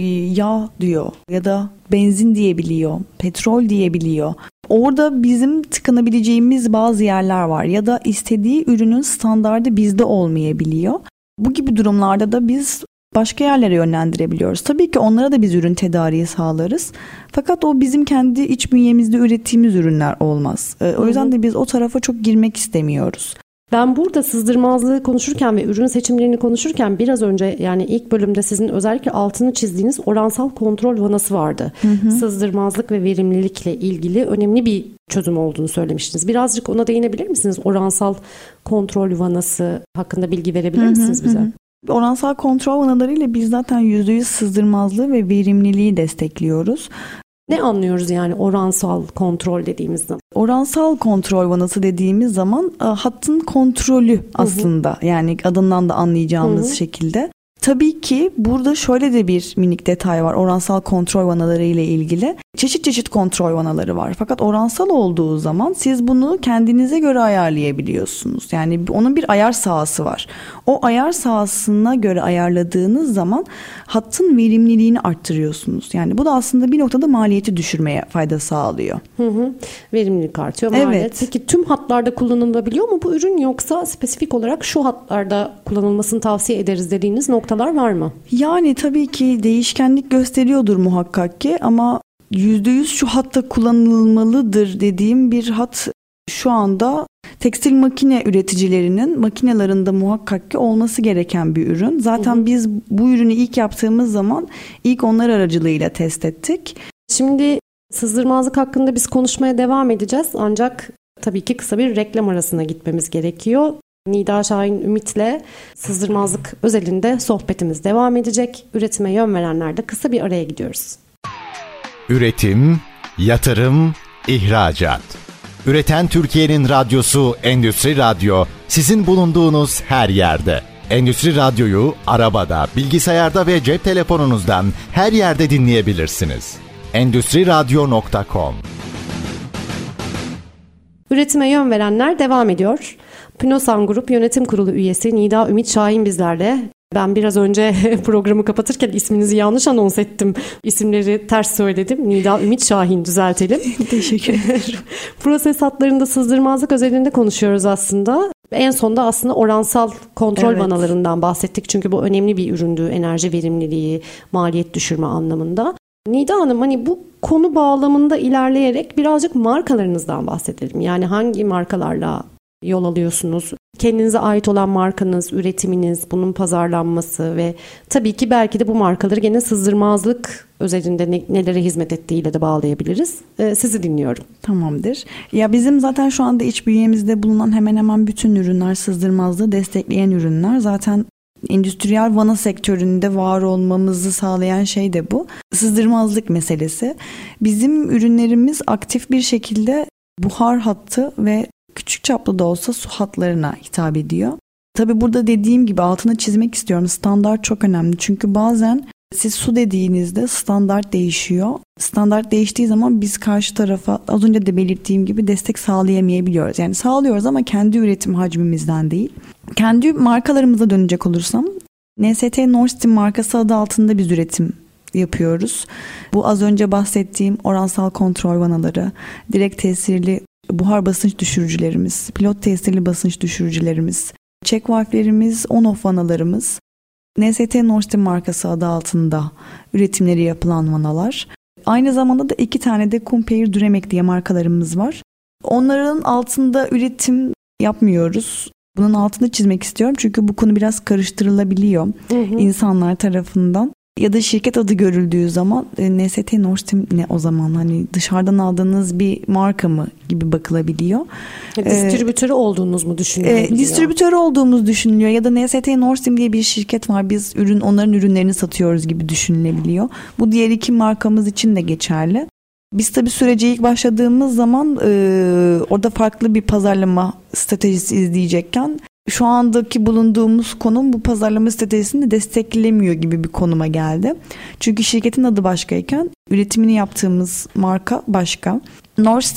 yağ diyor ya da benzin diyebiliyor, petrol diyebiliyor. Orada bizim tıkanabileceğimiz bazı yerler var ya da istediği ürünün standardı bizde olmayabiliyor. Bu gibi durumlarda da biz başka yerlere yönlendirebiliyoruz. Tabii ki onlara da biz ürün tedariği sağlarız. Fakat o bizim kendi iç bünyemizde ürettiğimiz ürünler olmaz. O yüzden de biz o tarafa çok girmek istemiyoruz. Ben burada sızdırmazlığı konuşurken ve ürün seçimlerini konuşurken biraz önce, yani ilk bölümde sizin özellikle altını çizdiğiniz oransal kontrol vanası vardı. Hı hı. Sızdırmazlık ve verimlilikle ilgili önemli bir çözüm olduğunu söylemiştiniz. Birazcık ona değinebilir misiniz? Oransal kontrol vanası hakkında bilgi verebilir misiniz hı hı, bize? Hı. Oransal kontrol vanalarıyla biz zaten yüzde yüz sızdırmazlığı ve verimliliği destekliyoruz. Ne anlıyoruz yani oransal kontrol dediğimiz zaman? Oransal kontrol vanası dediğimiz zaman hattın kontrolü aslında. Hı hı. Yani adından da anlayacağımız hı hı. şekilde. Tabii ki burada şöyle de bir minik detay var oransal kontrol vanaları ile ilgili. Çeşit çeşit kontrol vanaları var. Fakat oransal olduğu zaman siz bunu kendinize göre ayarlayabiliyorsunuz. Yani onun bir ayar sahası var. O ayar sahasına göre ayarladığınız zaman hattın verimliliğini arttırıyorsunuz. Yani bu da aslında bir noktada maliyeti düşürmeye fayda sağlıyor. Hı hı. Verimlilik artıyor, maliyet. Evet. Peki tüm hatlarda kullanılabiliyor mu bu ürün, yoksa spesifik olarak şu hatlarda kullanılmasını tavsiye ederiz dediğiniz noktalar var mı? Yani tabii ki değişkenlik gösteriyordur muhakkak ki, ama yüzde yüz şu hatta kullanılmalıdır dediğim bir hat şu anda tekstil makine üreticilerinin makinelerinde muhakkak ki olması gereken bir ürün. Zaten hı hı. biz bu ürünü ilk yaptığımız zaman ilk onlar aracılığıyla test ettik. Şimdi sızdırmazlık hakkında biz konuşmaya devam edeceğiz, ancak tabii ki kısa bir reklam arasına gitmemiz gerekiyor. Nida Şahin Ümit'le sızdırmazlık özelinde sohbetimiz devam edecek. Üretime yön verenlerde kısa bir araya gidiyoruz. Üretim, yatırım, ihracat. Üreten Türkiye'nin radyosu Endüstri Radyo, sizin bulunduğunuz her yerde. Endüstri Radyo'yu arabada, bilgisayarda ve cep telefonunuzdan her yerde dinleyebilirsiniz. endüstri radyo nokta com. Üretime yön verenler devam ediyor. Pünosan Grup Yönetim Kurulu üyesi Nida Ümit Şahin bizlerle. Ben biraz önce programı kapatırken isminizi yanlış anons ettim. İsimleri ters söyledim. Nida Ümit Şahin, düzeltelim. Teşekkür ederim. Proses hatlarında sızdırmazlık özelinde konuşuyoruz aslında. En sonda aslında oransal kontrol evet. vanalarından bahsettik. Çünkü bu önemli bir üründü. Enerji verimliliği, maliyet düşürme anlamında. Nida Hanım, hani bu konu bağlamında ilerleyerek birazcık markalarınızdan bahsedelim. Yani hangi markalarla yol alıyorsunuz? Kendinize ait olan markanız, üretiminiz, bunun pazarlanması ve tabii ki belki de bu markaları gene sızdırmazlık özelinde ne, nelere hizmet ettiğiyle de bağlayabiliriz. Ee, sizi dinliyorum. Tamamdır. Ya bizim zaten şu anda iç bünyemizde bulunan hemen hemen bütün ürünler sızdırmazlığı destekleyen ürünler. Zaten endüstriyel vana sektöründe var olmamızı sağlayan şey de bu. Sızdırmazlık meselesi. Bizim ürünlerimiz aktif bir şekilde buhar hattı ve küçük çaplı da olsa su hatlarına hitap ediyor. Tabii burada dediğim gibi altına çizmek istiyorum. Standart çok önemli. Çünkü bazen siz su dediğinizde standart değişiyor. Standart değiştiği zaman biz karşı tarafa az önce de belirttiğim gibi destek sağlayamayabiliyoruz. Yani sağlıyoruz ama kendi üretim hacmimizden değil. Kendi markalarımıza dönecek olursam N S T Nordsteam markası adı altında biz üretim yapıyoruz. Bu az önce bahsettiğim oransal kontrol vanaları, direkt tesirli buhar basınç düşürücülerimiz, pilot tesirli basınç düşürücülerimiz, check valve'lerimiz, on-off vanalarımız, N S T Nordsteam markası adı altında üretimleri yapılan vanalar. Aynı zamanda da iki tane de Kumpair Duremek diye markalarımız var. Onların altında üretim yapmıyoruz. Bunun altını çizmek istiyorum çünkü bu konu biraz karıştırılabiliyor hı hı. insanlar tarafından. Ya da şirket adı görüldüğü zaman N S T Nordsteam ne o zaman, hani dışarıdan aldığınız bir marka mı gibi bakılabiliyor. Distribütörü ee, olduğunuz mu düşünülüyor? E, distribütörü olduğumuz düşünülüyor ya da N S T Nordsteam diye bir şirket var, biz ürün onların ürünlerini satıyoruz gibi düşünülebiliyor. Bu diğer iki markamız için de geçerli. Biz tabii sürece ilk başladığımız zaman e, orada farklı bir pazarlama stratejisi izleyecekken şu andaki bulunduğumuz konum bu pazarlama stratejisini desteklemiyor gibi bir konuma geldi. Çünkü şirketin adı başkayken üretimini yaptığımız marka başka. Nordsteam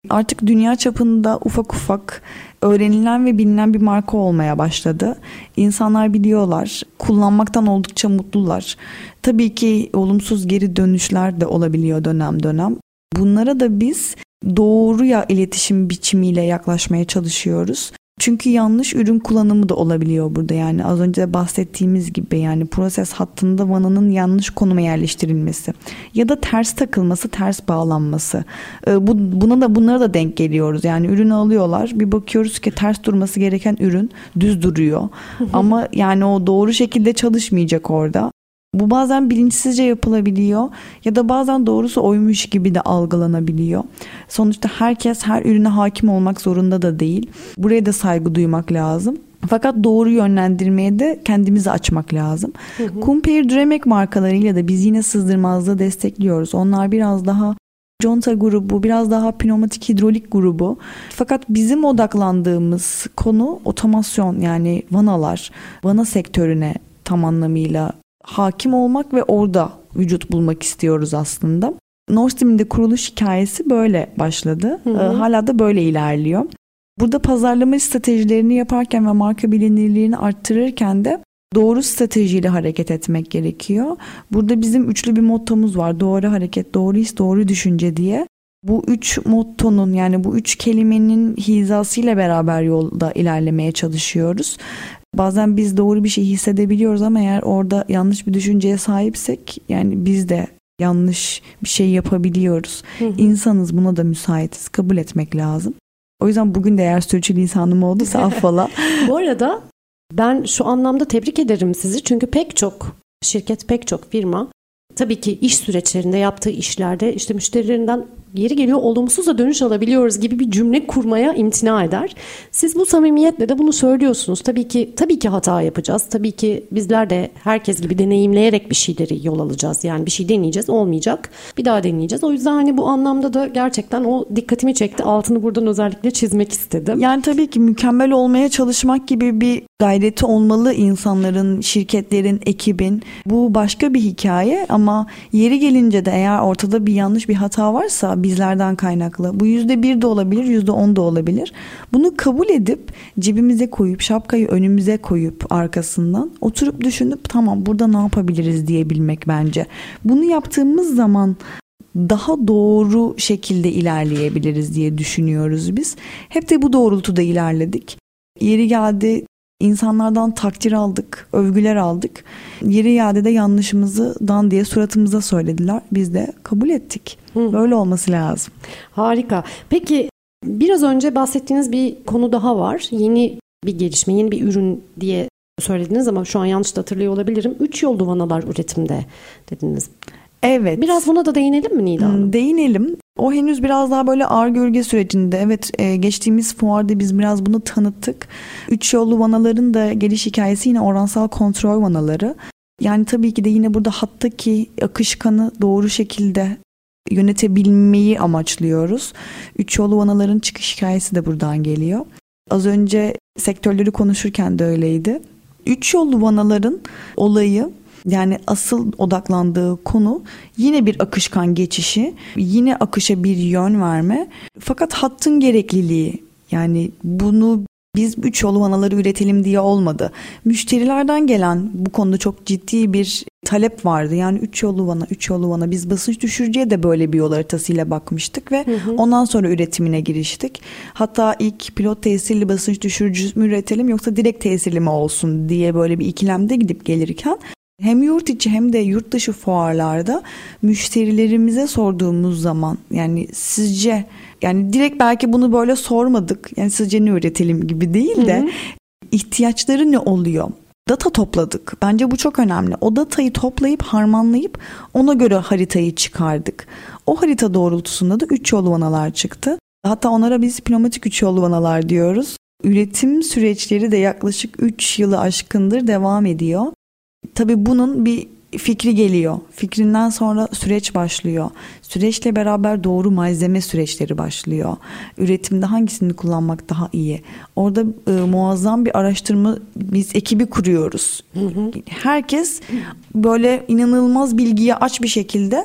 artık dünya çapında ufak ufak öğrenilen ve bilinen bir marka olmaya başladı. İnsanlar biliyorlar, kullanmaktan oldukça mutlular. Tabii ki olumsuz geri dönüşler de olabiliyor dönem dönem. Bunlara da biz doğru ya iletişim biçimiyle yaklaşmaya çalışıyoruz. Çünkü yanlış ürün kullanımı da olabiliyor burada. Yani az önce bahsettiğimiz gibi yani proses hattında vananın yanlış konuma yerleştirilmesi ya da ters takılması, ters bağlanması. Bu buna da bunlara da denk geliyoruz. Yani ürünü alıyorlar. Bir bakıyoruz ki ters durması gereken ürün düz duruyor. Ama yani o doğru şekilde çalışmayacak orada. Bu bazen bilinçsizce yapılabiliyor ya da bazen doğrusu oymuş gibi de algılanabiliyor. Sonuçta herkes her ürüne hakim olmak zorunda da değil. Buraya da saygı duymak lazım. Fakat doğru yönlendirmeye de kendimizi açmak lazım. Kumpir, Düremek markalarıyla da biz yine sızdırmazlığı destekliyoruz. Onlar biraz daha conta grubu, biraz daha pneumatik hidrolik grubu. Fakat bizim odaklandığımız konu otomasyon, yani vanalar, vana sektörüne tam anlamıyla hakim olmak ve orada vücut bulmak istiyoruz aslında. Nord Stream'in de kuruluş hikayesi böyle başladı. Hı hı. Hala da böyle ilerliyor. Burada pazarlama stratejilerini yaparken ve marka bilinirliğini arttırırken de doğru stratejiyle hareket etmek gerekiyor. Burada bizim üçlü bir mottomuz var. Doğru hareket, doğru his, doğru düşünce diye. Bu üç mottonun, yani bu üç kelimenin hizasıyla beraber yolda ilerlemeye çalışıyoruz. Bazen biz doğru bir şey hissedebiliyoruz ama eğer orada yanlış bir düşünceye sahipsek yani biz de yanlış bir şey yapabiliyoruz. Hı hı. İnsanız, buna da müsaitiz. Kabul etmek lazım. O yüzden bugün de eğer sürçülisanım olduysa affola. Bu arada ben şu anlamda tebrik ederim sizi. Çünkü pek çok şirket, pek çok firma tabii ki iş süreçlerinde yaptığı işlerde işte müşterilerinden yeri geliyor olumsuz da dönüş alabiliyoruz gibi bir cümle kurmaya imtina eder. Siz bu samimiyetle de bunu söylüyorsunuz. Tabii ki tabii ki hata yapacağız. Tabii ki bizler de herkes gibi deneyimleyerek bir şeyleri yol alacağız. Yani bir şey deneyeceğiz, olmayacak. Bir daha deneyeceğiz. O yüzden hani bu anlamda da gerçekten o dikkatimi çekti. Altını buradan özellikle çizmek istedim. Yani tabii ki mükemmel olmaya çalışmak gibi bir gayreti olmalı insanların, şirketlerin, ekibin. Bu başka bir hikaye ama yeri gelince de eğer ortada bir yanlış bir hata varsa bizlerden kaynaklı. Bu yüzde bir de olabilir, yüzde on da olabilir. Bunu kabul edip cebimize koyup, şapkayı önümüze koyup arkasından oturup düşünüp tamam burada ne yapabiliriz diyebilmek bence. Bunu yaptığımız zaman daha doğru şekilde ilerleyebiliriz diye düşünüyoruz biz. Hep de bu doğrultuda ilerledik. Yeri geldi insanlardan takdir aldık, övgüler aldık. Yeri geldi de yanlışımızı dan diye suratımıza söylediler. Biz de kabul ettik. Hı. Böyle olması lazım. Harika. Peki biraz önce bahsettiğiniz bir konu daha var. Yeni bir gelişme, yeni bir ürün diye söylediniz ama şu an yanlış da hatırlıyor olabilirim. Üç yollu vanalar üretimde dediniz. Evet. Biraz buna da değinelim mi Nida Hanım? Değinelim. O henüz biraz daha böyle Ar-Gör sürecinde. Evet, geçtiğimiz fuarda biz biraz bunu tanıttık. Üç yollu vanaların da geliş hikayesi yine oransal kontrol vanaları. Yani tabii ki de yine burada hattaki akışkanı doğru şekilde yönetebilmeyi amaçlıyoruz. Üç yollu vanaların çıkış hikayesi de buradan geliyor. Az önce sektörleri konuşurken de öyleydi. Üç yollu vanaların olayı, yani asıl odaklandığı konu yine bir akışkan geçişi, yine akışa bir yön verme. Fakat hattın gerekliliği, yani bunu biz üç yollu vanaları üretelim diye olmadı. Müşterilerden gelen bu konuda çok ciddi bir talep vardı. Yani üç yollu vana, üç yollu vana. Biz basınç düşürücüye de böyle bir yol haritasıyla bakmıştık ve hı hı. ondan sonra üretimine giriştik. Hatta ilk pilot tesirli basınç düşürücü mü üretelim yoksa direkt tesirli mi olsun diye böyle bir ikilemde gidip gelirken hem yurt içi hem de yurt dışı fuarlarda müşterilerimize sorduğumuz zaman yani sizce, yani direkt belki bunu böyle sormadık, yani sizce ne üretelim gibi değil de hı hı. ihtiyaçları ne oluyor? Data topladık. Bence bu çok önemli. O datayı toplayıp harmanlayıp ona göre haritayı çıkardık. O harita doğrultusunda da üç yollu vanalar çıktı. Hatta onlara biz pneumatik üç yollu vanalar diyoruz. Üretim süreçleri de yaklaşık üç yılı aşkındır devam ediyor. Tabii bunun bir fikri geliyor. Fikrinden sonra süreç başlıyor. Süreçle beraber doğru malzeme süreçleri başlıyor. Üretimde hangisini kullanmak daha iyi? Orada e, muazzam bir araştırma, biz ekibi kuruyoruz. Hı hı. Herkes böyle inanılmaz bilgiye aç bir şekilde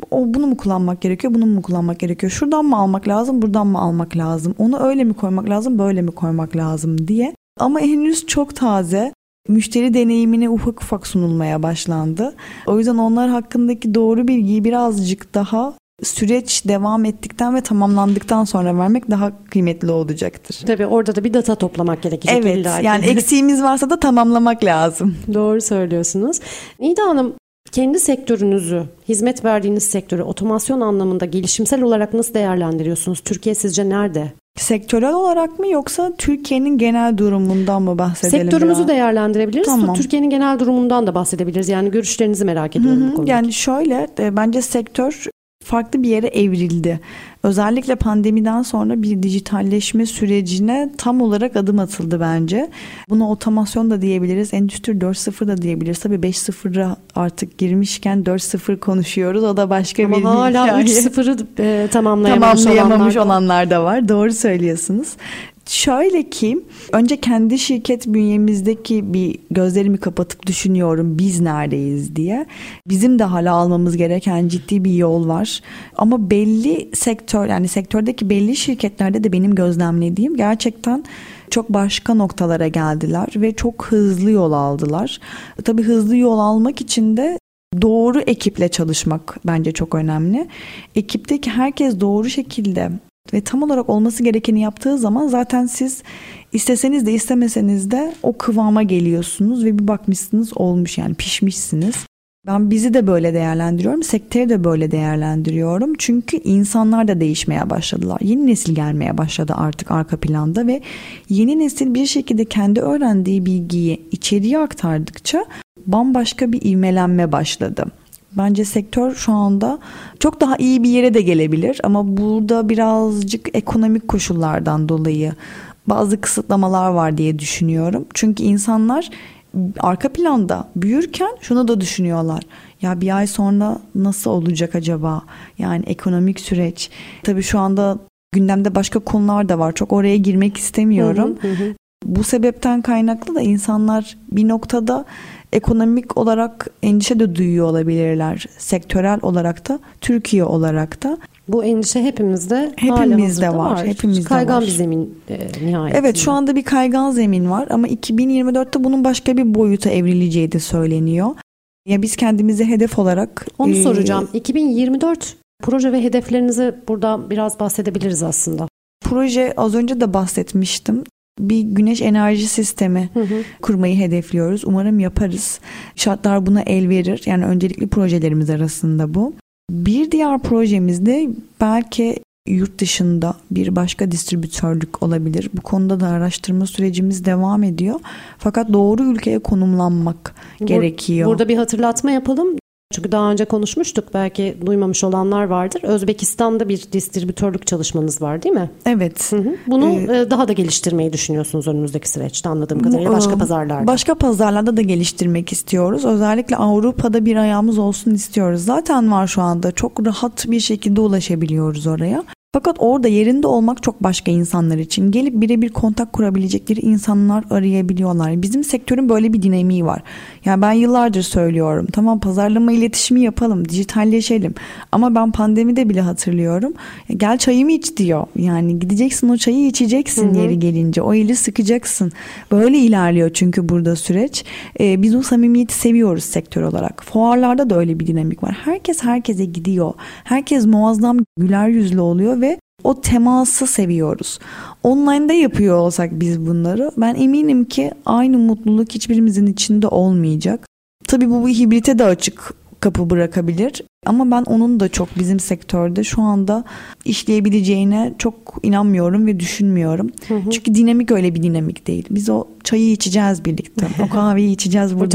O bunu mu kullanmak gerekiyor, bunu mu kullanmak gerekiyor? Şuradan mı almak lazım, buradan mı almak lazım? Onu öyle mi koymak lazım, böyle mi koymak lazım diye. Ama henüz çok taze. Müşteri deneyimine ufak ufak sunulmaya başlandı. O yüzden onlar hakkındaki doğru bilgiyi birazcık daha süreç devam ettikten ve tamamlandıktan sonra vermek daha kıymetli olacaktır. Tabii orada da bir data toplamak gerekecek. Evet, illaki. yani eksiğimiz varsa da tamamlamak lazım. Doğru söylüyorsunuz. Nida Hanım, kendi sektörünüzü, hizmet verdiğiniz sektörü otomasyon anlamında gelişimsel olarak nasıl değerlendiriyorsunuz? Türkiye sizce nerede? Sektörel olarak mı yoksa Türkiye'nin genel durumundan mı bahsedelim? Sektörümüzü biraz? değerlendirebiliriz. Tamam. Türkiye'nin genel durumundan da bahsedebiliriz. Yani görüşlerinizi merak ediyorum Hı hı. bu konuda. Yani şöyle, e, bence sektör farklı bir yere evrildi. Özellikle pandemiden sonra bir dijitalleşme sürecine tam olarak adım atıldı bence. Buna otomasyon da diyebiliriz, endüstri dört nokta sıfır da diyebiliriz. Tabii beş nokta sıfıra artık girmişken dört nokta sıfır konuşuyoruz. O da başka Ama bir hala hikaye. üç nokta sıfırı e, tamamlayamamış, tamamlayamamış olanlar, olanlar da var. Doğru söylüyorsunuz. Şöyle ki önce kendi şirket bünyemizdeki bir gözlerimi kapatıp düşünüyorum biz neredeyiz diye. Bizim de hala almamız gereken ciddi bir yol var. Ama belli sektör yani sektördeki belli şirketlerde de benim gözlemlediğim gerçekten çok başka noktalara geldiler ve çok hızlı yol aldılar. Tabii hızlı yol almak için de doğru ekiple çalışmak bence çok önemli. Ekipteki herkes doğru şekilde ve tam olarak olması gerekeni yaptığı zaman zaten siz isteseniz de istemeseniz de o kıvama geliyorsunuz ve bir bakmışsınız olmuş, yani pişmişsiniz. Ben bizi de böyle değerlendiriyorum, sektörü de böyle değerlendiriyorum. Çünkü insanlar da değişmeye başladılar. Yeni nesil gelmeye başladı artık arka planda ve yeni nesil bir şekilde kendi öğrendiği bilgiyi içeriye aktardıkça bambaşka bir ivmelenme başladı. Bence sektör şu anda çok daha iyi bir yere de gelebilir ama burada birazcık ekonomik koşullardan dolayı bazı kısıtlamalar var diye düşünüyorum. Çünkü insanlar arka planda büyürken şunu da düşünüyorlar. Ya bir ay sonra nasıl olacak acaba? Yani ekonomik süreç. Tabii şu anda gündemde başka konular da var. Çok oraya girmek istemiyorum. Hı hı hı. Bu sebepten kaynaklı da insanlar bir noktada ekonomik olarak endişe de duyuyor olabilirler. Sektörel olarak da, Türkiye olarak da. Bu endişe hepimizde, hepimizde var, var. Hepimizde Kaygan var. bir zemin e, nihayetinde. Evet, şu anda bir kaygan zemin var ama iki bin yirmi dörtte bunun başka bir boyuta evrileceği de söyleniyor. Ya biz kendimizi hedef olarak... Onu e, soracağım. iki bin yirmi dört proje ve hedeflerinizi burada biraz bahsedebiliriz aslında. Proje az önce de bahsetmiştim. Bir güneş enerji sistemi hı hı. kurmayı hedefliyoruz. Umarım yaparız. Şartlar buna el verir. Yani öncelikli projelerimiz arasında bu. Bir diğer projemiz de belki yurt dışında bir başka distribütörlük olabilir. Bu konuda da araştırma sürecimiz devam ediyor. Fakat doğru ülkeye konumlanmak Bur- gerekiyor. Burada bir hatırlatma yapalım. Çünkü daha önce konuşmuştuk, belki duymamış olanlar vardır. Özbekistan'da bir distribütörlük çalışmanız var değil mi? Evet. Hı hı. Bunu ee, daha da geliştirmeyi düşünüyorsunuz önümüzdeki süreçte anladığım kadarıyla, başka pazarlarda. Başka pazarlarda da geliştirmek istiyoruz. Özellikle Avrupa'da bir ayağımız olsun istiyoruz. Zaten var şu anda. Çok rahat bir şekilde ulaşabiliyoruz oraya. Fakat orada yerinde olmak çok başka insanlar için. Gelip birebir kontak kurabilecekleri insanlar arayabiliyorlar. Bizim sektörün böyle bir dinamiği var. Yani ben yıllardır söylüyorum. Tamam, pazarlama iletişimi yapalım, dijitalleşelim. Ama ben pandemide bile hatırlıyorum. Gel çayımı iç diyor. Yani gideceksin, o çayı içeceksin, hı hı. yeri gelince. O eli sıkacaksın. Böyle ilerliyor çünkü burada süreç. Ee, biz o samimiyeti seviyoruz sektör olarak. Fuarlarda da öyle bir dinamik var. Herkes herkese gidiyor. Herkes muazzam güler yüzlü oluyor ve o teması seviyoruz. Online'da yapıyor olsak biz bunları, ben eminim ki aynı mutluluk hiçbirimizin içinde olmayacak. Tabii bu, bu hibrite de açık kapı bırakabilir. Ama ben onun da çok bizim sektörde şu anda işleyebileceğine çok inanmıyorum ve düşünmüyorum. Hı hı. Çünkü dinamik öyle bir dinamik değil. Biz o çayı içeceğiz birlikte. O kahveyi içeceğiz burada.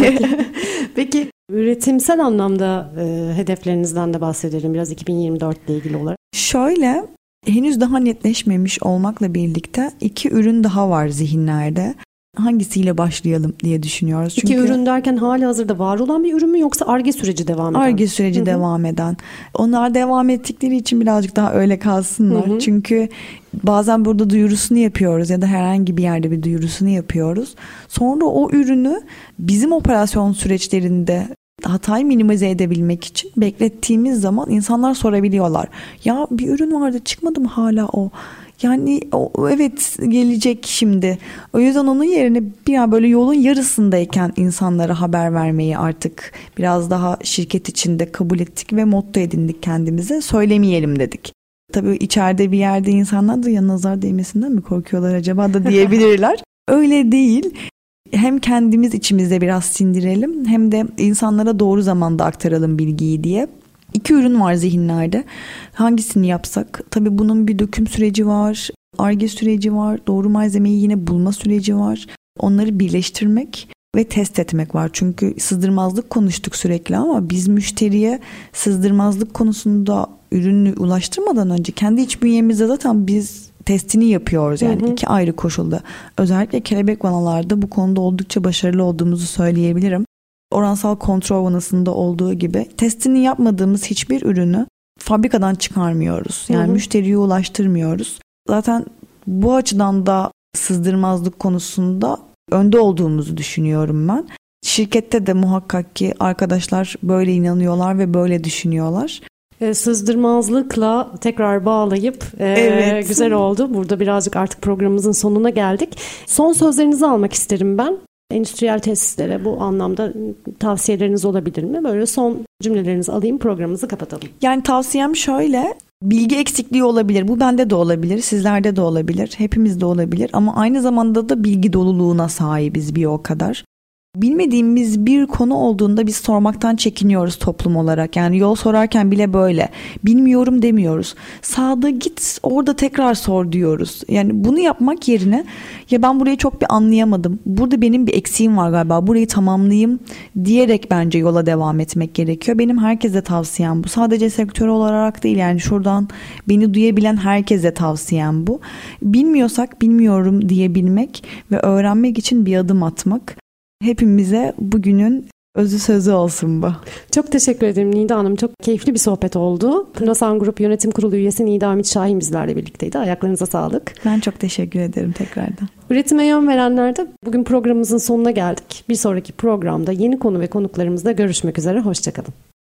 Peki üretimsel anlamda e, hedeflerinizden de bahsedelim biraz iki bin yirmi dört ile ilgili olarak. Şöyle, henüz daha netleşmemiş olmakla birlikte iki ürün daha var zihinlerde. Hangisiyle başlayalım diye düşünüyoruz. Çünkü İki ürün derken hali hazırda var olan bir ürün mü yoksa Ar-Ge süreci devam eden? Ar-Ge süreci Hı-hı. devam eden. Onlar devam ettikleri için birazcık daha öyle kalsınlar. Hı-hı. Çünkü bazen burada duyurusunu yapıyoruz ya da herhangi bir yerde bir duyurusunu yapıyoruz. Sonra o ürünü bizim operasyon süreçlerinde hatayı minimize edebilmek için beklettiğimiz zaman insanlar sorabiliyorlar. Ya bir ürün vardı, çıkmadı mı hala o? Yani o, evet gelecek şimdi. O yüzden onun yerine bir an böyle yolun yarısındayken insanlara haber vermeyi artık biraz daha şirket içinde kabul ettik ve motto edindik kendimize. Söylemeyelim dedik. Tabii içeride bir yerde insanlar da ya nazar değmesinden mi korkuyorlar acaba da diyebilirler. Öyle değil. Hem kendimiz içimizde biraz sindirelim hem de insanlara doğru zamanda aktaralım bilgiyi diye. İki ürün var zihinlerde. Hangisini yapsak? Tabii bunun bir döküm süreci var, Ar-Ge süreci var, doğru malzemeyi yine bulma süreci var. Onları birleştirmek ve test etmek var. Çünkü sızdırmazlık konuştuk sürekli ama biz müşteriye sızdırmazlık konusunda ürünü ulaştırmadan önce kendi iç bünyemizde zaten biz testini yapıyoruz. Yani hı hı. iki ayrı koşulda. Özellikle kelebek vanalarda bu konuda oldukça başarılı olduğumuzu söyleyebilirim. Oransal kontrol vanasında olduğu gibi testini yapmadığımız hiçbir ürünü fabrikadan çıkarmıyoruz. Yani hı hı. müşteriye ulaştırmıyoruz. Zaten bu açıdan da sızdırmazlık konusunda önde olduğumuzu düşünüyorum ben. Şirkette de muhakkak ki arkadaşlar böyle inanıyorlar ve böyle düşünüyorlar. E, sızdırmazlıkla tekrar bağlayıp e, evet. güzel oldu. Burada birazcık artık programımızın sonuna geldik. Son sözlerinizi almak isterim ben. Endüstriyel tesislere bu anlamda tavsiyeleriniz olabilir mi? Böyle son cümlelerinizi alayım, programımızı kapatalım. Yani tavsiyem şöyle, bilgi eksikliği olabilir. Bu bende de olabilir, sizlerde de olabilir, hepimizde olabilir. Ama aynı zamanda da bilgi doluluğuna sahibiz bir o kadar. Bilmediğimiz bir konu olduğunda biz sormaktan çekiniyoruz toplum olarak. Yani yol sorarken bile böyle. Bilmiyorum demiyoruz. Sağda git, orada tekrar sor diyoruz. Yani bunu yapmak yerine ya ben burayı çok bir anlayamadım. Burada benim bir eksiğim var galiba. Burayı tamamlayayım diyerek bence yola devam etmek gerekiyor. Benim herkese tavsiyem bu. Sadece sektör olarak değil, yani şuradan beni duyabilen herkese tavsiyem bu. Bilmiyorsak bilmiyorum diyebilmek ve öğrenmek için bir adım atmak. Hepimize bugünün özü sözü olsun bu. Çok teşekkür ederim Nida Hanım. Çok keyifli bir sohbet oldu. Pünosan Grup Yönetim Kurulu üyesi Nida Ümit Şahin bizlerle birlikteydi. Ayaklarınıza sağlık. Ben çok teşekkür ederim tekrardan. Üretime yön verenler de bugün programımızın sonuna geldik. Bir sonraki programda yeni konu ve konuklarımızla görüşmek üzere. Hoşçakalın.